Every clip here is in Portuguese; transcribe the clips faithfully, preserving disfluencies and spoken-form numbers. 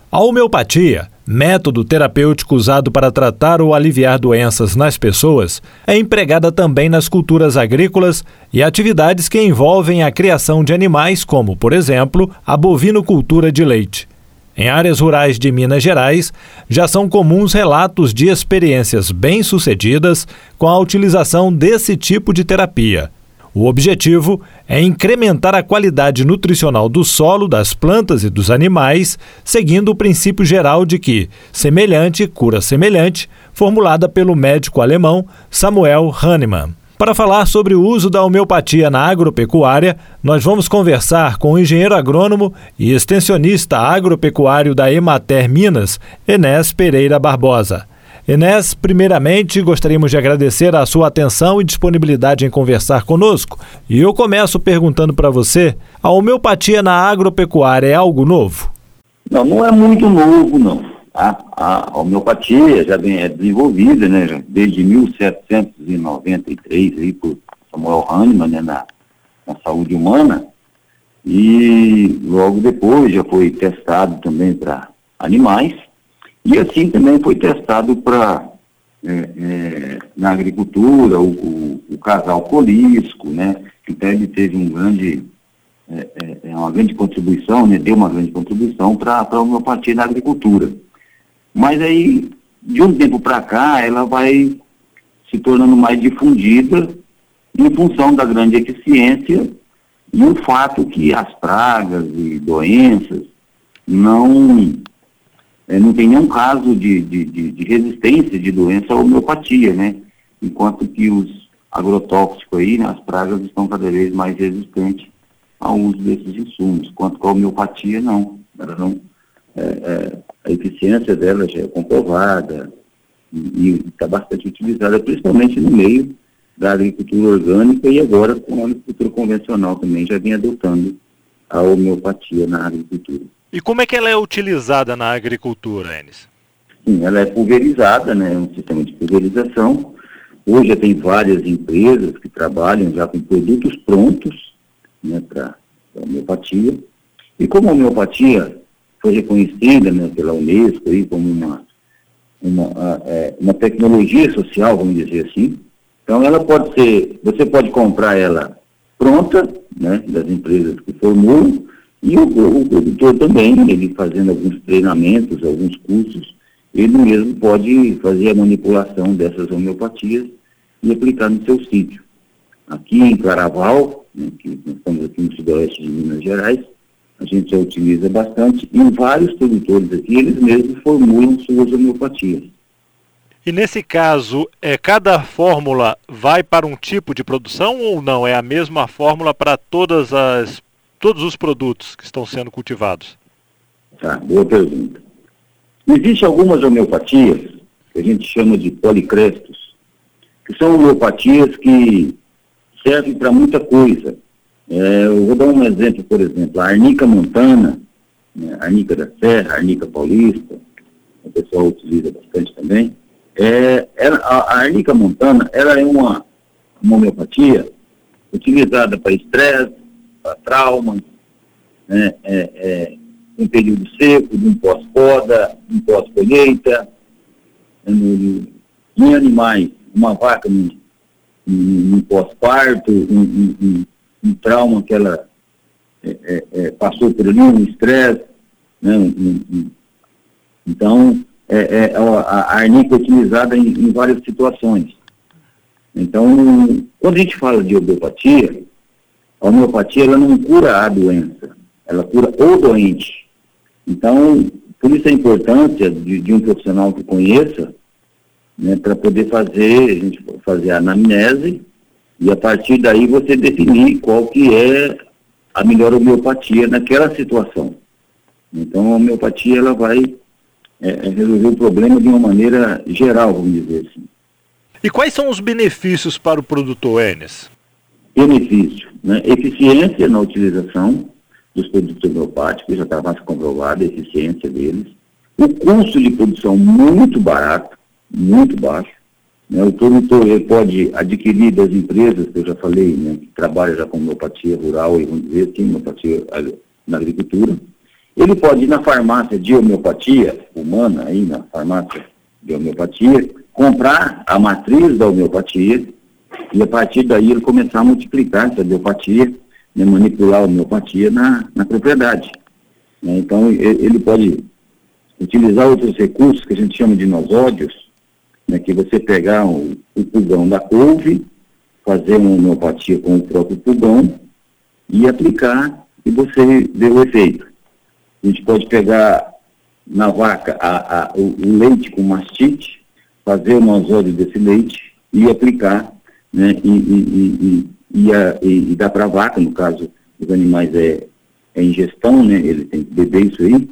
A homeopatia, método terapêutico usado para tratar ou aliviar doenças nas pessoas, é empregada também nas culturas agrícolas e atividades que envolvem a criação de animais, como, por exemplo, a bovinocultura de leite. Em áreas rurais de Minas Gerais, já são comuns relatos de experiências bem-sucedidas com a utilização desse tipo de terapia. O objetivo é incrementar a qualidade nutricional do solo, das plantas e dos animais, seguindo o princípio geral de que semelhante cura semelhante, formulada pelo médico alemão Samuel Hahnemann. Para falar sobre o uso da homeopatia na agropecuária, nós vamos conversar com o engenheiro agrônomo e extensionista agropecuário da Emater Minas, Enes Pereira Barbosa. Enes, primeiramente, gostaríamos de agradecer a sua atenção e disponibilidade em conversar conosco. E eu começo perguntando para você, a homeopatia na agropecuária é algo novo? Não, não é muito novo, não. A, a homeopatia já vem é desenvolvida, né, desde mil setecentos e noventa e três, aí, por Samuel Hahnemann, né, na, na saúde humana, e logo depois já foi testado também para animais. E assim também foi testado para, é, é, na agricultura, o, o, o casal colisco, né? Então ele teve um grande, é, é, uma grande contribuição, né? Deu uma grande contribuição para a homeopatia na agricultura. Mas aí, de um tempo para cá, ela vai se tornando mais difundida em função da grande eficiência e o fato que as pragas e doenças não... É, não tem nenhum caso de, de, de, de resistência de doença à homeopatia, né? Enquanto que os agrotóxicos aí, né, as pragas estão cada vez mais resistentes ao uso desses insumos, enquanto que a homeopatia não. Ela não é, é, a eficiência dela já é comprovada e está bastante utilizada, principalmente no meio da agricultura orgânica e agora com a agricultura convencional também já vem adotando a homeopatia na agricultura. E como é que ela é utilizada na agricultura, Enes? Sim, ela é pulverizada, né? É um sistema de pulverização. Hoje já tem várias empresas que trabalham já com produtos prontos, né, para a homeopatia. E como a homeopatia foi reconhecida, né, pela Unesco aí, como uma, uma, é, uma tecnologia social, vamos dizer assim, então ela pode ser, você pode comprar ela pronta, né, das empresas que formulam, e o, o produtor também, ele fazendo alguns treinamentos, alguns cursos, ele mesmo pode fazer a manipulação dessas homeopatias e aplicar no seu sítio. Aqui em Claraval, né, que nós estamos aqui no sudoeste de Minas Gerais, a gente já utiliza bastante, e vários produtores aqui, eles mesmos formulam suas homeopatias. E nesse caso, é, cada fórmula vai para um tipo de produção ou não? É a mesma fórmula para todas as todos os produtos que estão sendo cultivados? Tá, boa pergunta. Existem algumas homeopatias, que a gente chama de policrestos, que são homeopatias que servem para muita coisa. É, eu vou dar um exemplo, por exemplo, a arnica montana, né, a arnica da serra, a arnica paulista, o pessoal utiliza bastante também. É, ela, a, a arnica montana, ela é uma, uma homeopatia utilizada para estresse, para trauma, né, é, é, um período seco, de um pós-poda, um pós-colheita, é, em animais, uma vaca num, num pós-parto, um, um, um, um trauma que ela é, é, é, passou por ali, um estresse, né, um, um, então é, é, a, a arnica é utilizada em, em várias situações. Então, quando a gente fala de homeopatia, a homeopatia ela não cura a doença, ela cura o doente. Então, por isso a importância de, de um profissional que conheça, né, para poder fazer, a gente fazer a anamnese e a partir daí você definir qual que é a melhor homeopatia naquela situação. Então, a homeopatia ela vai é, resolver o problema de uma maneira geral, vamos dizer assim. E quais são os benefícios para o produtor, Enes? Benefício, né? Eficiência na utilização dos produtos homeopáticos, já está mais comprovada a eficiência deles. O custo de produção muito barato, muito baixo. Né? O produtor ele pode adquirir das empresas, que eu já falei, né, que trabalham já com homeopatia rural e, vamos dizer assim, homeopatia na agricultura. Ele pode ir na farmácia de homeopatia humana, aí na farmácia de homeopatia, comprar a matriz da homeopatia e a partir daí ele começar a multiplicar essa homeopatia, né, manipular a homeopatia na, na propriedade. Né? Então ele pode utilizar outros recursos que a gente chama de nosódios, né, que você pegar o, o pulgão da couve, fazer uma homeopatia com o próprio pulgão e aplicar e você vê o efeito. A gente pode pegar na vaca a, a, o, o leite com mastite, fazer o nosódio desse leite e aplicar, né, e, e, e, e, a, e, e dar para a vaca, no caso dos animais é, é ingestão, né, ele tem que beber isso aí,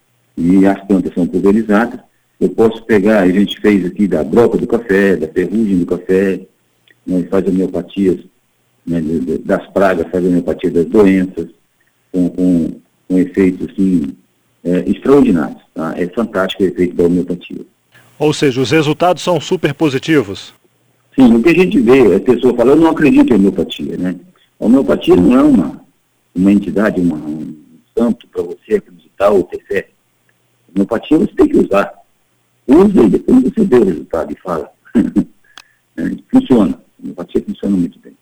e as plantas são pulverizadas. Eu posso pegar, a gente fez aqui da broca do café, da ferrugem do café, né, faz homeopatias, né, das pragas, faz homeopatia das doenças, com, com, com efeitos assim, é, extraordinários. Tá? É fantástico o efeito da homeopatia. Ou seja, os resultados são super positivos? Sim, o que a gente vê, a pessoa fala, eu não acredito em homeopatia, né? A homeopatia não é uma, uma entidade, uma, um santo para você acreditar ou ter fé. A homeopatia você tem que usar. Usa e depois você vê o resultado e fala. É, funciona. A homeopatia funciona muito bem.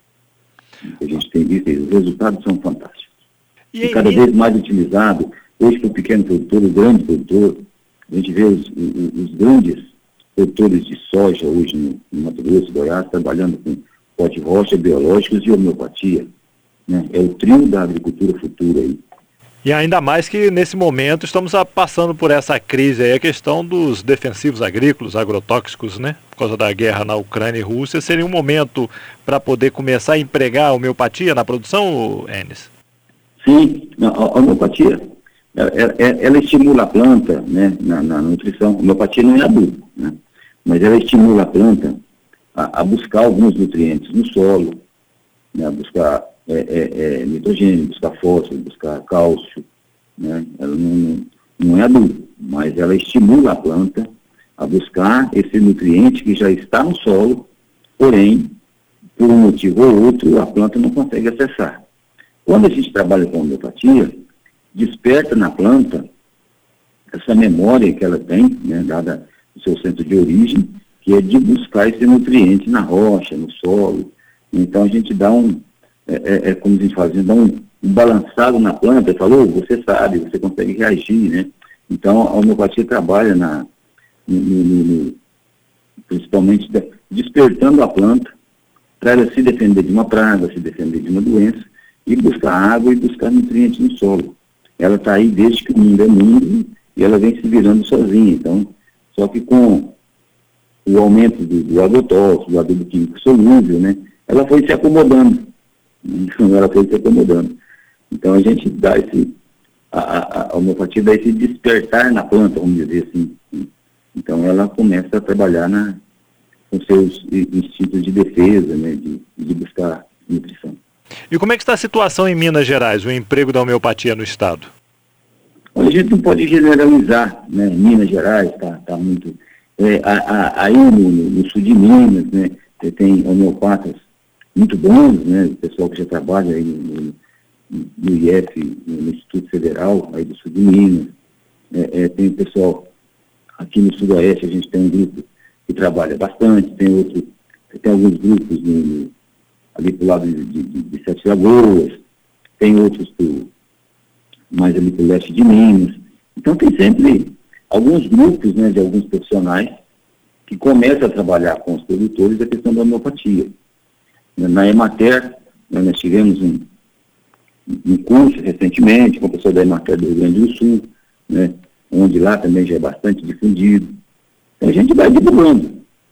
A gente tem visto, os resultados são fantásticos. E, e cada e... vez mais utilizado, hoje para o pequeno produtor, o grande produtor, a gente vê os, os, os grandes produtores de soja hoje no, no Mato Grosso e Goiás trabalhando com pó de rocha, biológicos e homeopatia. Né? É o trio da agricultura futura aí. E ainda mais que nesse momento estamos passando por essa crise aí, a questão dos defensivos agrícolas, agrotóxicos, né? Por causa da guerra na Ucrânia e Rússia, seria um momento para poder começar a empregar a homeopatia na produção, Enes? Sim, a homeopatia, ela, ela estimula a planta, né, na, na nutrição. A homeopatia não é adubo, né? Mas ela estimula a planta a, a buscar alguns nutrientes no solo, né, a buscar É, é, é, nitrogênio, buscar fósforo, buscar cálcio, né? Ela não, não é adubo, mas ela estimula a planta a buscar esse nutriente que já está no solo, porém, por um motivo ou outro, a planta não consegue acessar. Quando a gente trabalha com homeopatia, desperta na planta essa memória que ela tem, né, dada o seu centro de origem, que é de buscar esse nutriente na rocha, no solo. Então a gente dá um É, é, é como a gente faz, dá um, um balançado na planta, falou, você sabe, você consegue reagir, né? Então a homeopatia trabalha na, no, no, no, principalmente de, despertando a planta para ela se defender de uma praga, se defender de uma doença e buscar água e buscar nutrientes no solo. Ela está aí desde que o mundo é mundo e ela vem se virando sozinha. Então, só que com o aumento do, do agrotóxico, do adubo químico solúvel, né? Ela foi se acomodando. Ela foi se acomodando. Então a gente dá esse, a, a, a homeopatia dá esse despertar na planta, vamos dizer assim. Então ela começa a trabalhar na, com seus instintos de defesa, né, de, de buscar nutrição. E como é que está a situação em Minas Gerais, o emprego da homeopatia no estado? Olha, a gente não pode generalizar, né? Minas Gerais está tá muito... É, a, a, aí no, no sul de Minas, né, tem homeopatas muito bons, né, o pessoal que já trabalha aí no, no I F, no Instituto Federal, aí do sul de Minas, é, é, tem o pessoal aqui no Sudoeste, a gente tem um grupo que trabalha bastante, tem outro, tem alguns grupos no, ali pro lado de, de, de Sete Lagoas, tem outros pro, mais ali pro leste de Minas, então tem sempre alguns grupos, né, de alguns profissionais que começam a trabalhar com os produtores a questão da homeopatia. Na Emater, né, nós tivemos um, um curso recentemente com o pessoal da Emater do Rio Grande do Sul, né, onde lá também já é bastante difundido. Então a gente vai divulgando.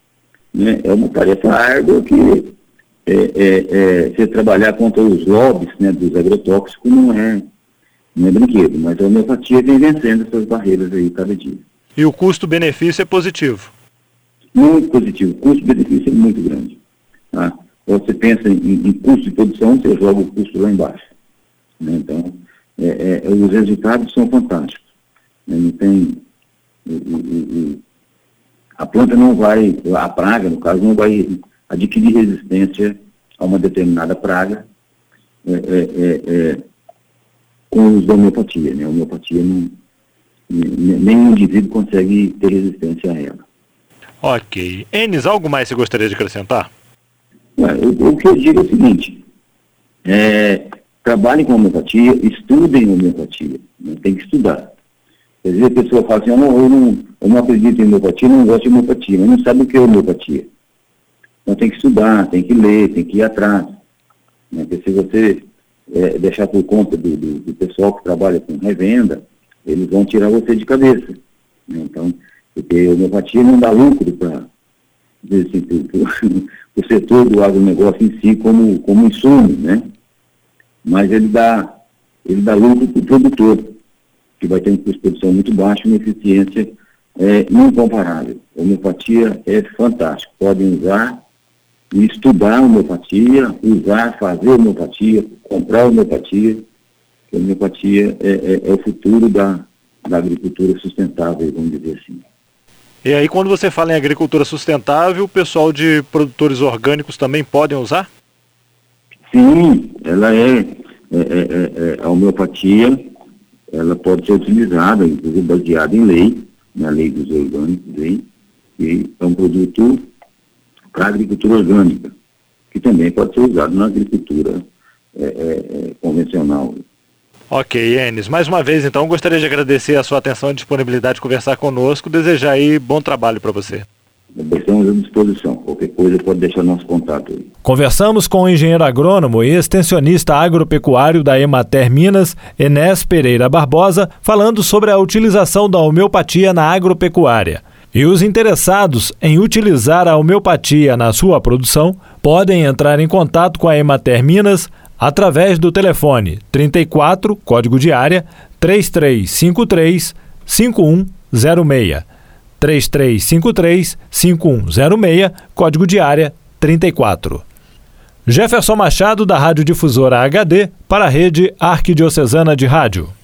Né, é uma tarefa árdua que é, é, é, se trabalhar contra os lobbies, né, dos agrotóxicos não é, não é brinquedo, mas a homeopatia vem vencendo essas barreiras aí cada dia. E o custo-benefício é positivo? Muito positivo. O custo-benefício é muito grande. Tá? Você pensa em, em custo de produção, você joga o custo lá embaixo. Né? Então, é, é, os resultados são fantásticos. Né? Não tem, o, o, o, a planta não vai, a praga, no caso, não vai adquirir resistência a uma determinada praga. É, é, é, com o uso da homeopatia, né? A homeopatia não, nenhum indivíduo consegue ter resistência a ela. Ok. Enes, algo mais você gostaria de acrescentar? O, o que eu digo é o seguinte, é, trabalhem com homeopatia, estudem homeopatia, né? Tem que estudar. Às vezes a pessoa fala assim, eu não, eu não, eu não acredito em homeopatia, não gosto de homeopatia, mas não sabe o que é homeopatia. Então tem que estudar, tem que ler, tem que ir atrás. Né? Porque se você é, deixar por conta do, do, do pessoal que trabalha com revenda, eles vão tirar você de cabeça. Né? Então, porque a homeopatia não dá lucro para assim, o setor do agronegócio em si como, como insumo, né? Mas ele dá, ele dá lucro para o produtor, que vai ter um custo de produção muito baixo e uma eficiência é, incomparável. A homeopatia é fantástico. Podem usar e estudar a homeopatia, usar, fazer homeopatia, comprar homeopatia. A homeopatia é, é, é o futuro da, da agricultura sustentável, vamos dizer assim. E aí, quando você fala em agricultura sustentável, o pessoal de produtores orgânicos também podem usar? Sim, ela é, é, é, é a homeopatia, ela pode ser utilizada, inclusive baseada em lei, na lei dos orgânicos, aí, e é um produto para a agricultura orgânica, que também pode ser usado na agricultura é, é, é, convencional. Ok, Enes. Mais uma vez, então, gostaria de agradecer a sua atenção e disponibilidade de conversar conosco, desejar aí bom trabalho para você. Estamos à disposição. Qualquer coisa pode deixar nosso contato aí. Conversamos com o engenheiro agrônomo e extensionista agropecuário da Emater Minas, Enes Pereira Barbosa, falando sobre a utilização da homeopatia na agropecuária. E os interessados em utilizar a homeopatia na sua produção podem entrar em contato com a Emater Minas através do telefone trinta e quatro, código de área, três três cinco três, cinco um zero seis. três três cinco três, cinco um zero seis, código de área trinta e quatro. Jefferson Machado, da Rádio Difusora H D, para a Rede Arquidiocesana de Rádio.